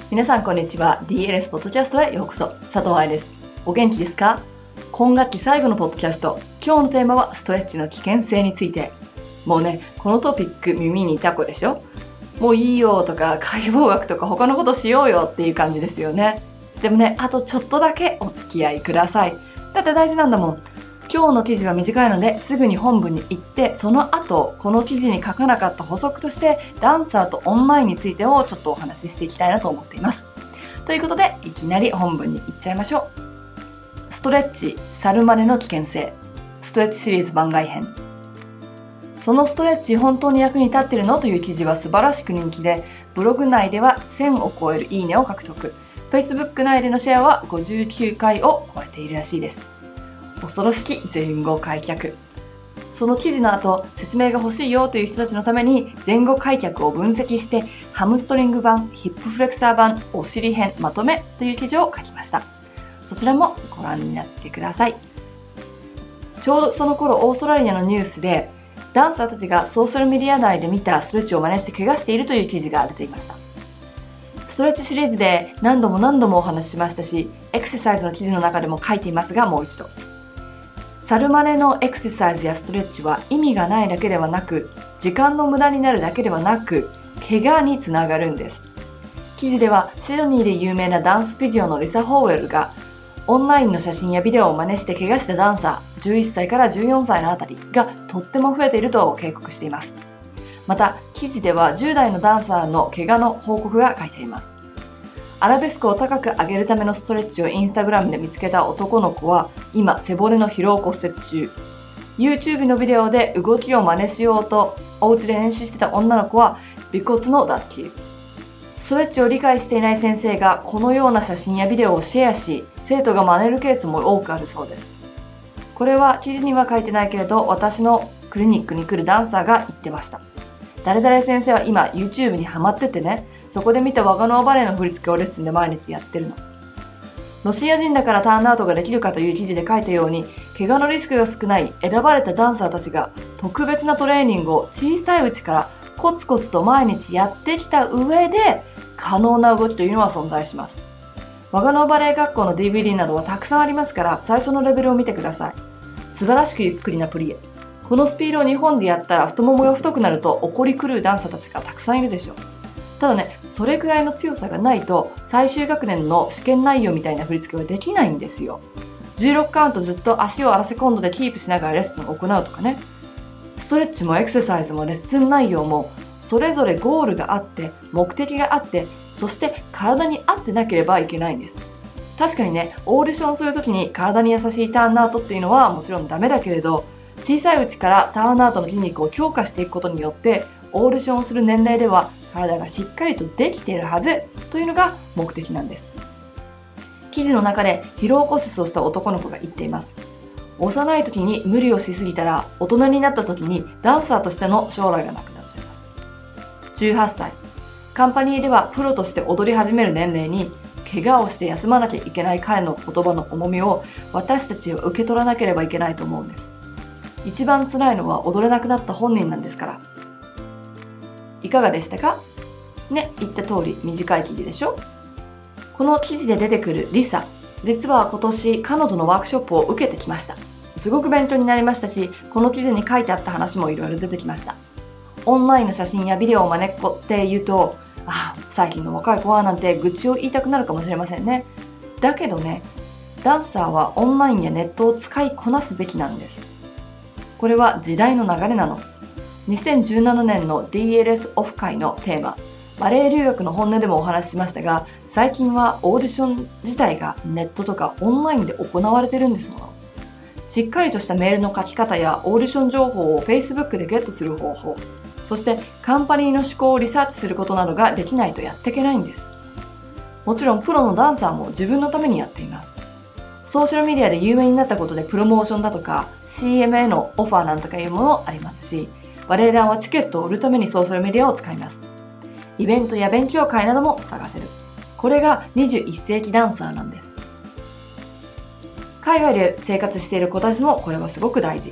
皆さんこんにちは。 DLS ポッドキャストへようこそ。佐藤愛です。お元気ですか？今学期最後のポッドキャスト、今日のテーマはストレッチの危険性について。もうね、このトピック耳にタコでしょ。もういいよとか解剖学とか他のことしようよっていう感じですよね。でもね、あとちょっとだけお付き合いください。だって大事なんだもん。今日の記事は短いのですぐに本文に行って、その後この記事に書かなかった補足としてダンサーとオンラインについてをちょっとお話ししていきたいなと思っています。ということでいきなり本文に行っちゃいましょう。ストレッチ、去るまでの危険性、ストレッチシリーズ番外編。そのストレッチ本当に役に立ってるのという記事は素晴らしく人気で、ブログ内では1000を超えるいいねを獲得、Facebook 内でのシェアは59回を超えているらしいです。恐ろしき前後開脚。その記事の後、説明が欲しいよという人たちのために前後開脚を分析して、ハムストリング版、ヒップフレクサー版、お尻編まとめという記事を書きました。そちらもご覧になってください。ちょうどその頃オーストラリアのニュースで、ダンサーたちがソーシャルメディア内で見たストレッチを真似して怪我しているという記事が出ていました。ストレッチシリーズで何度もお話ししましたし、エクササイズの記事の中でも書いていますが、もう一度。去るまでのエクササイズやストレッチは意味がないだけではなく、時間の無駄になるだけではなく、怪我につながるんです。記事ではシドニーで有名なダンスフィジオのリサ・ホーウェルが、オンラインの写真やビデオを真似して怪我したダンサー11歳から14歳のあたりがとっても増えていると警告しています。また記事では10代のダンサーの怪我の報告が書いてあります。アラベスクを高く上げるためのストレッチをインスタグラムで見つけた男の子は今背骨の疲労骨折中。 YouTube のビデオで動きを真似しようとお家で練習してた女の子は尾骨の脱臼。ストレッチを理解していない先生がこのような写真やビデオをシェアし、生徒が真似るケースも多くあるそうです。これは記事には書いてないけれど、私のクリニックに来るダンサーが言ってました。誰々先生は今 YouTube にハマっててね、そこで見たワガノアバレエの振り付けをレッスンで毎日やってるの。ロシア人だからターンアウトができるかという記事で書いたように、怪我のリスクが少ない選ばれたダンサーたちが特別なトレーニングを小さいうちからコツコツと毎日やってきた上で可能な動きというのは存在します。ワガノアバレエ学校の DVD などはたくさんありますから、最初のレベルを見てください。素晴らしくゆっくりなプリエ。このスピードを日本でやったら太ももが太くなると怒り狂うダンサーたちがたくさんいるでしょう。ただね、それくらいの強さがないと最終学年の試験内容みたいな振り付けはできないんですよ。16カウントずっと足をアラセコンドでキープしながらレッスンを行うとかね。ストレッチもエクササイズもレッスン内容もそれぞれゴールがあって目的があって、そして体に合ってなければいけないんです。確かにね、オーディションするときに体に優しいターンアウトっていうのはもちろんダメだけれど、小さいうちからターンアウトの筋肉を強化していくことによってオーディションをする年齢では体がしっかりとできているはずというのが目的なんです。記事の中で疲労骨折をした男の子が言っています。幼い時に無理をしすぎたら大人になった時にダンサーとしての将来がなくなっちゃいます。18歳、カンパニーではプロとして踊り始める年齢に怪我をして休まなきゃいけない彼の言葉の重みを私たちは受け取らなければいけないと思うんです。一番辛いのは踊れなくなった本人なんですから。いかがでしたかね、言った通り短い記事でしょ。この記事で出てくるリサ、実は今年彼女のワークショップを受けてきました。すごく勉強になりましたし、この記事に書いてあった話もいろいろ出てきました。オンラインの写真やビデオを真似っこって言うと、最近の若い子はなんて愚痴を言いたくなるかもしれませんね。だけどね、ダンサーはオンラインやネットを使いこなすべきなんです。これは時代の流れなの。2017年の DLS オフ会のテーマ、バレエ留学の本音でもお話ししましたが、最近はオーディション自体がネットとかオンラインで行われてるんですもの。しっかりとしたメールの書き方やオーディション情報を Facebook でゲットする方法、そしてカンパニーの思考をリサーチすることなどができないとやっていけないんです。もちろんプロのダンサーも自分のためにやっています。ソーシャルメディアで有名になったことでプロモーションだとか CM へのオファーなんとかいうものありますし、バレエ団はチケットを売るためにソーシャルメディアを使います。イベントや勉強会なども探せる。これが21世紀ダンサーなんです。海外で生活している子たちもこれはすごく大事。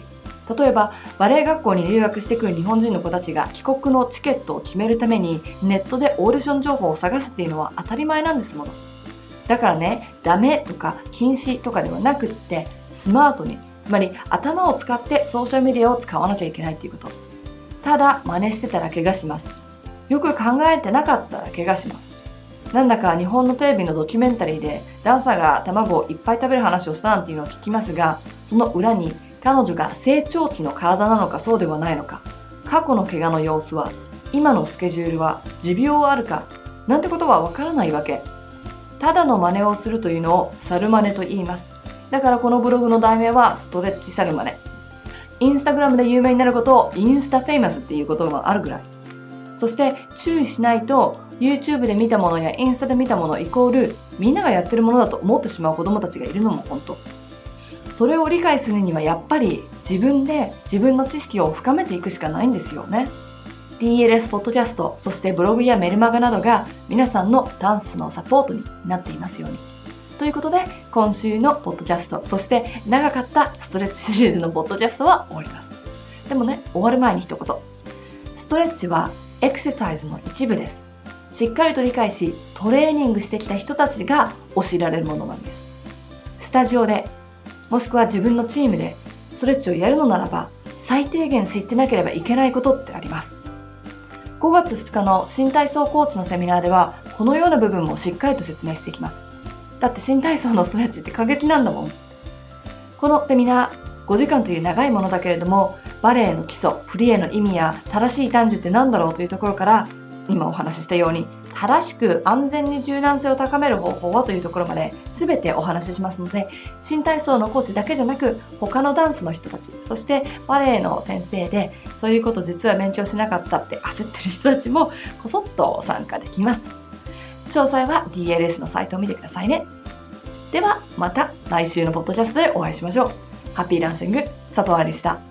例えばバレエ学校に留学してくる日本人の子たちが帰国のチケットを決めるためにネットでオーディション情報を探すっていうのは当たり前なんですもの。だからね、ダメとか禁止とかではなくって、スマートに、つまり頭を使ってソーシャルメディアを使わなきゃいけないっていうこと。ただ真似してたら怪我します。よく考えてなかったら怪我します。なんだか日本のテレビのドキュメンタリーでダンサーが卵をいっぱい食べる話をしたなんていうのを聞きますが、その裏に彼女が成長期の体なのかそうではないのか、過去の怪我の様子は、今のスケジュールは持病はあるかなんてことはわからないわけ。ただの真似をするというのを猿真似と言います。だからこのブログの題名はストレッチ猿真似。インスタグラムで有名になることをインスタフェイマスっていうこともあるぐらい。そして注意しないと YouTube で見たものやインスタで見たものイコールみんながやってるものだと思ってしまう子供たちがいるのも本当。それを理解するにはやっぱり自分で自分の知識を深めていくしかないんですよね。DLS ポッドキャスト、そしてブログやメルマガなどが皆さんのダンスのサポートになっていますように。ということで今週のポッドキャスト、そして長かったストレッチシリーズのポッドキャストは終わります。でもね、終わる前に一言。ストレッチはエクササイズの一部です。しっかりと理解し、トレーニングしてきた人たちが教えられるものなんです。スタジオで、もしくは自分のチームでストレッチをやるのならば、最低限知ってなければいけないことってあります。5月2日の新体操コーチのセミナーでは、このような部分もしっかりと説明していきます。だって新体操のストレッチって過激なんだもん。このセミナー、5時間という長いものだけれども、バレエの基礎、振りへの意味や正しい短寿って何だろうというところから、今お話ししたように、正しく安全に柔軟性を高める方法はというところまで全てお話ししますので、新体操のコーチだけじゃなく、他のダンスの人たち、そしてバレエの先生で、そういうこと実は勉強しなかったって焦ってる人たちもこそっと参加できます。詳細は DLS のサイトを見てくださいね。ではまた来週のポッドキャストでお会いしましょう。ハッピーランシング、佐藤愛でした。